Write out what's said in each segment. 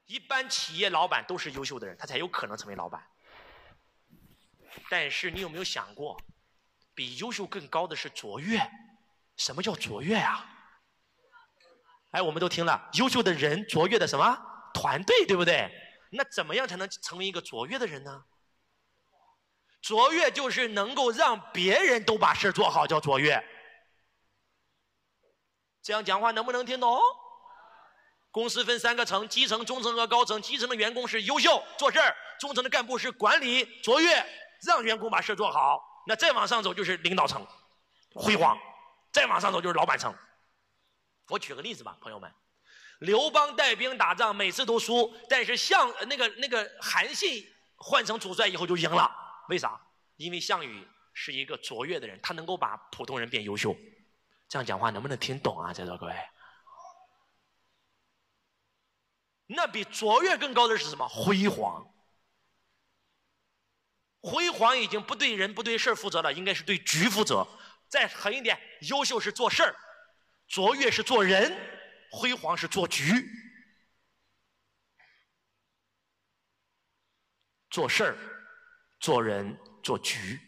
一般企业老板都是优秀的人，他才有可能成为老板。但是你有没有想过，比优秀更高的是卓越？什么叫卓越啊？哎，我们都听了，优秀的人，卓越的什么团队，对不对？那怎么样才能成为一个卓越的人呢？卓越就是能够让别人都把事做好，叫卓越。这样讲话能不能听懂？公司分3个层，基层、中层和高层。基层的员工是优秀做事儿，中层的干部是管理卓越，让员工把事做好。那再往上走就是领导层，辉煌；再往上走就是老板层。我举个例子吧，朋友们，刘邦带兵打仗，每次都输，但是那个韩信换成主帅以后就赢了。为啥？因为项羽是一个卓越的人，他能够把普通人变优秀。这样讲话能不能听懂啊？在座各位，那比卓越更高的是什么？辉煌。辉煌已经不对人不对事负责了，应该是对局负责。再狠一点，优秀是做事儿，卓越是做人，辉煌是做局。做事儿、做人、做局。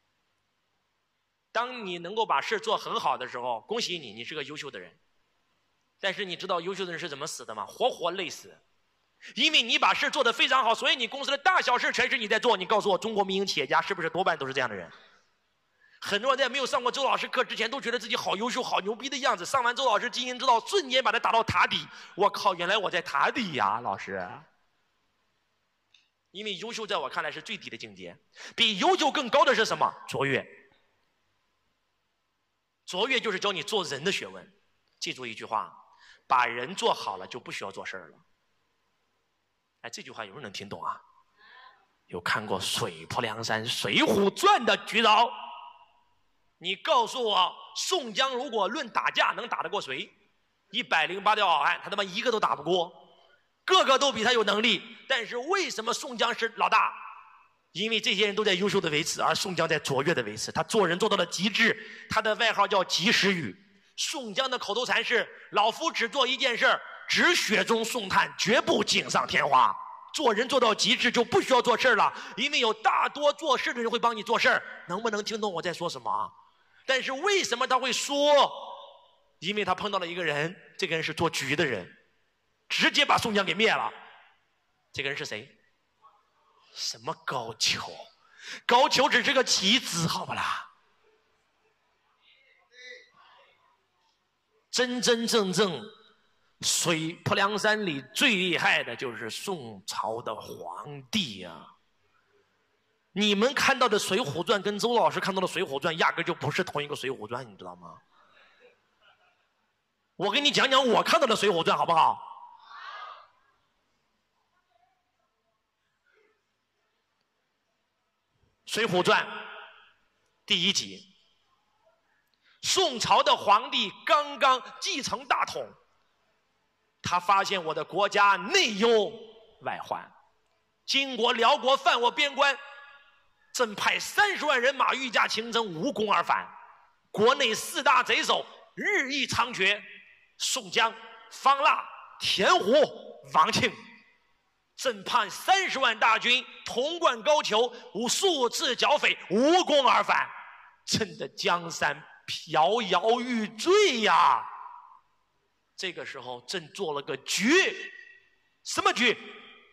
当你能够把事做很好的时候，恭喜你，你是个优秀的人。但是你知道优秀的人是怎么死的吗？活活累死。因为你把事做得非常好，所以你公司的大小事全是你在做。你告诉我，中国民营企业家是不是多半都是这样的人？很多人在没有上过周老师课之前，都觉得自己好优秀、好牛逼的样子。上完周老师经营之道，瞬间把他打到塔底。我靠，原来我在塔底呀，老师。因为优秀在我看来是最低的境界，比优秀更高的是什么？卓越。卓越就是教你做人的学问。记住一句话，把人做好了就不需要做事了。哎，这句话有人能听懂啊？有看过水泊梁山水浒传的举手。你告诉我，宋江如果论打架能打得过谁？108条好汉，他他妈一个都打不过，个个都比他有能力。但是为什么宋江是老大？因为这些人都在优秀的维持，而宋江在卓越的维持。他做人做到了极致，他的外号叫及时雨。宋江的口头禅是：老夫只做一件事，只雪中送炭，绝不锦上添花。做人做到极致就不需要做事了，因为有大多做事的人会帮你做事。能不能听懂我在说什么啊？但是为什么他会说？因为他碰到了一个人，这个人是做局的人，直接把宋江给灭了。这个人是谁？什么高俅？高俅只是个棋子，好不啦？真真正正水泊梁山里最厉害的就是宋朝的皇帝啊！你们看到的《水浒传》跟周老师看到的《水浒传》压根就不是同一个《水浒传》，你知道吗？我跟你讲讲我看到的《水浒传》好不好？《水浒传》第1集，宋朝的皇帝刚刚继承大统，他发现我的国家内忧外患，金国、辽国犯我边关，朕派30万人马御驾亲征，无功而返。国内4大贼首日益猖獗，宋江、方腊、田虎、王庆。朕派30万大军统贯高俅，数次剿匪，无功而返。朕的江山摇摇欲坠呀！这个时候，朕做了个局，什么局？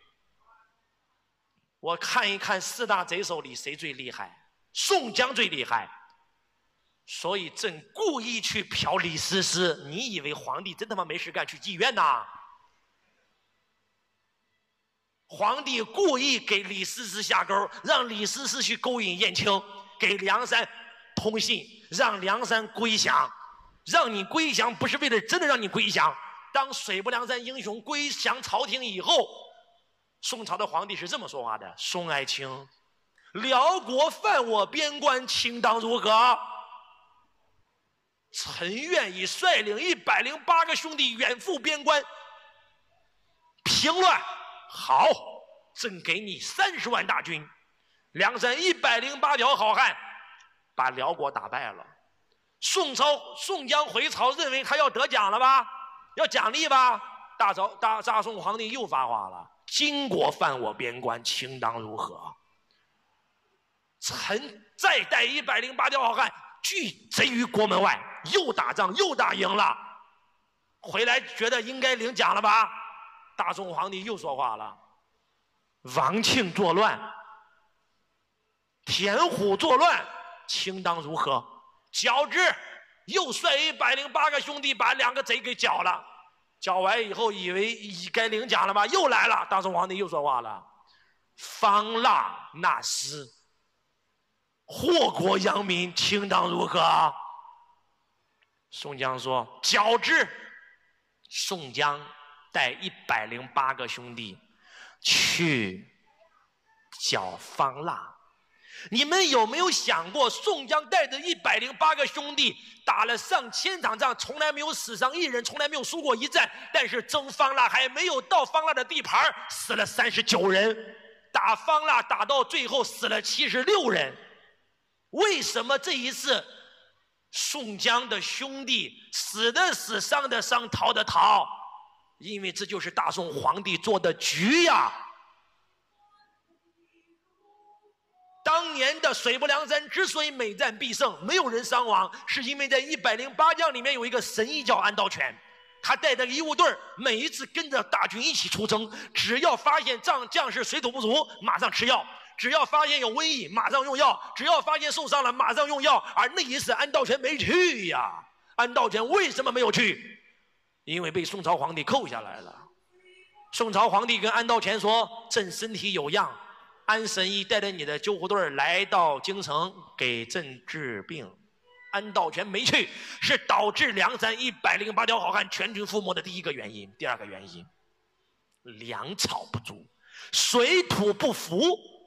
我看一看4大贼首里谁最厉害，宋江最厉害，所以朕故意去嫖李师师。你以为皇帝真他妈没事干去妓院呐？皇帝故意给李师师下钩，让李师师去勾引燕青，给梁山通信，让梁山归降。让你归降不是为了真的让你归降。当水泊梁山英雄归降朝廷以后，宋朝的皇帝是这么说话的：宋爱卿，辽国犯我边关，卿当如何？臣愿意率领108个兄弟远赴边关平乱。好，朕给你30万大军，梁山108条好汉，把辽国打败了。宋江回朝，认为他要得奖了吧，要奖励吧， 大宋皇帝又发话了：金国犯我边关，卿当如何？臣再带108条好汉，拒贼于国门外。又打仗又打赢了，回来觉得应该领奖了吧？大宋皇帝又说话了：王庆作乱，田虎作乱，卿当如何？剿之！又率108个兄弟把2个贼给剿了。剿完以后，以为该领奖了吧？又来了，大宋皇帝又说话了：方腊纳斯，祸国殃民，卿当如何？宋江说：剿之！宋江带108个兄弟去剿方腊。你们有没有想过，宋江带着108个兄弟打了上千场仗，从来没有死伤1人，从来没有输过一战，但是征方腊还没有到方腊的地盘，死了39人，打方腊打到最后死了76人。为什么这一次宋江的兄弟死的死，伤的伤，逃的逃？因为这就是大宋皇帝做的局呀。当年的水泊梁山之所以每战必胜，没有人伤亡，是因为在108将里面有一个神医叫安道全，他带着医务队，每一次跟着大军一起出征，只要发现将士水土不足，马上吃药；只要发现有瘟疫，马上用药；只要发现受伤了，马上用药。而那一次安道全没去呀。安道全为什么没有去？因为被宋朝皇帝扣下来了。宋朝皇帝跟安道全说：朕身体有恙，安神医带着你的救护队来到京城给朕治病。安道全没去，是导致梁山108条好汉全军覆没的第一个原因。第二个原因，粮草不足，水土不服，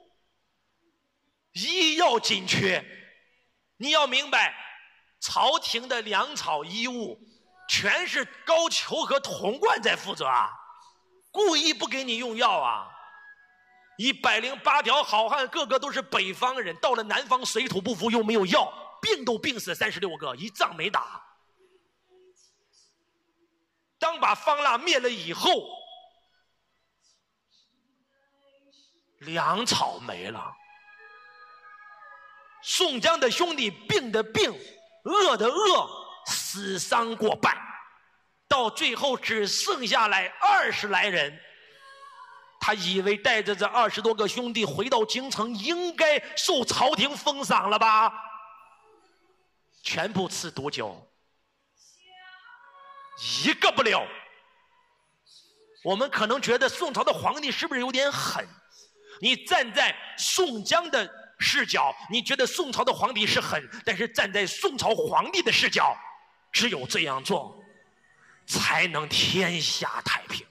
医药紧缺。你要明白，朝廷的粮草医务全是高俅和童贯在负责啊，故意不给你用药啊。108条好汉个个都是北方人，到了南方水土不服又没有药，病都病死36个，一仗没打。当把方腊灭了以后，粮草没了，宋江的兄弟病的病，饿的饿，死伤过半，到最后只剩下来20来人。他以为带着这20多个兄弟回到京城，应该受朝廷封赏了吧？全部吃毒酒，一个不留。我们可能觉得宋朝的皇帝是不是有点狠？你站在宋江的视角，你觉得宋朝的皇帝是狠，但是站在宋朝皇帝的视角，只有这样做，才能天下太平。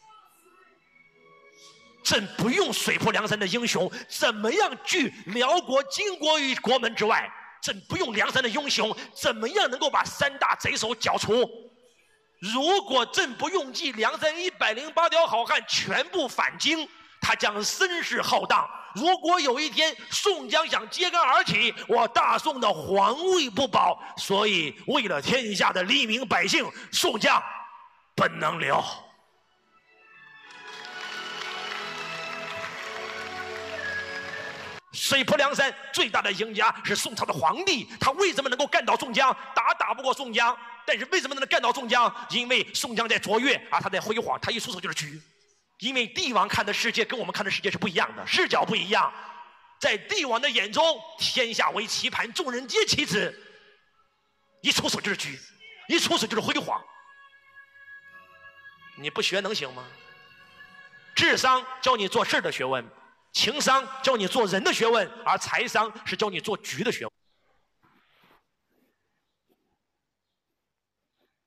朕不用水泊梁山的英雄，怎么样拒辽国、金国于国门之外？朕不用梁山的英雄，怎么样能够把3大贼首剿除？如果朕不用计梁山108条好汉全部返京，他将声势浩荡。如果有一天宋江想揭竿而起，我大宋的皇位不保。所以为了天下的黎民百姓，宋江不能留。水泊梁山最大的赢家是宋朝的皇帝，他为什么能够干倒宋江？打不过宋江，但是为什么能干倒宋江？因为宋江在卓越啊，他在辉煌，他一出手就是局。因为帝王看的世界跟我们看的世界是不一样的，视角不一样。在帝王的眼中，天下为棋盘，众人皆棋子，一出手就是局，一出手就是辉煌。你不学能行吗？智商教你做事的学问，情商教你做人的学问，而财商是教你做局的学问。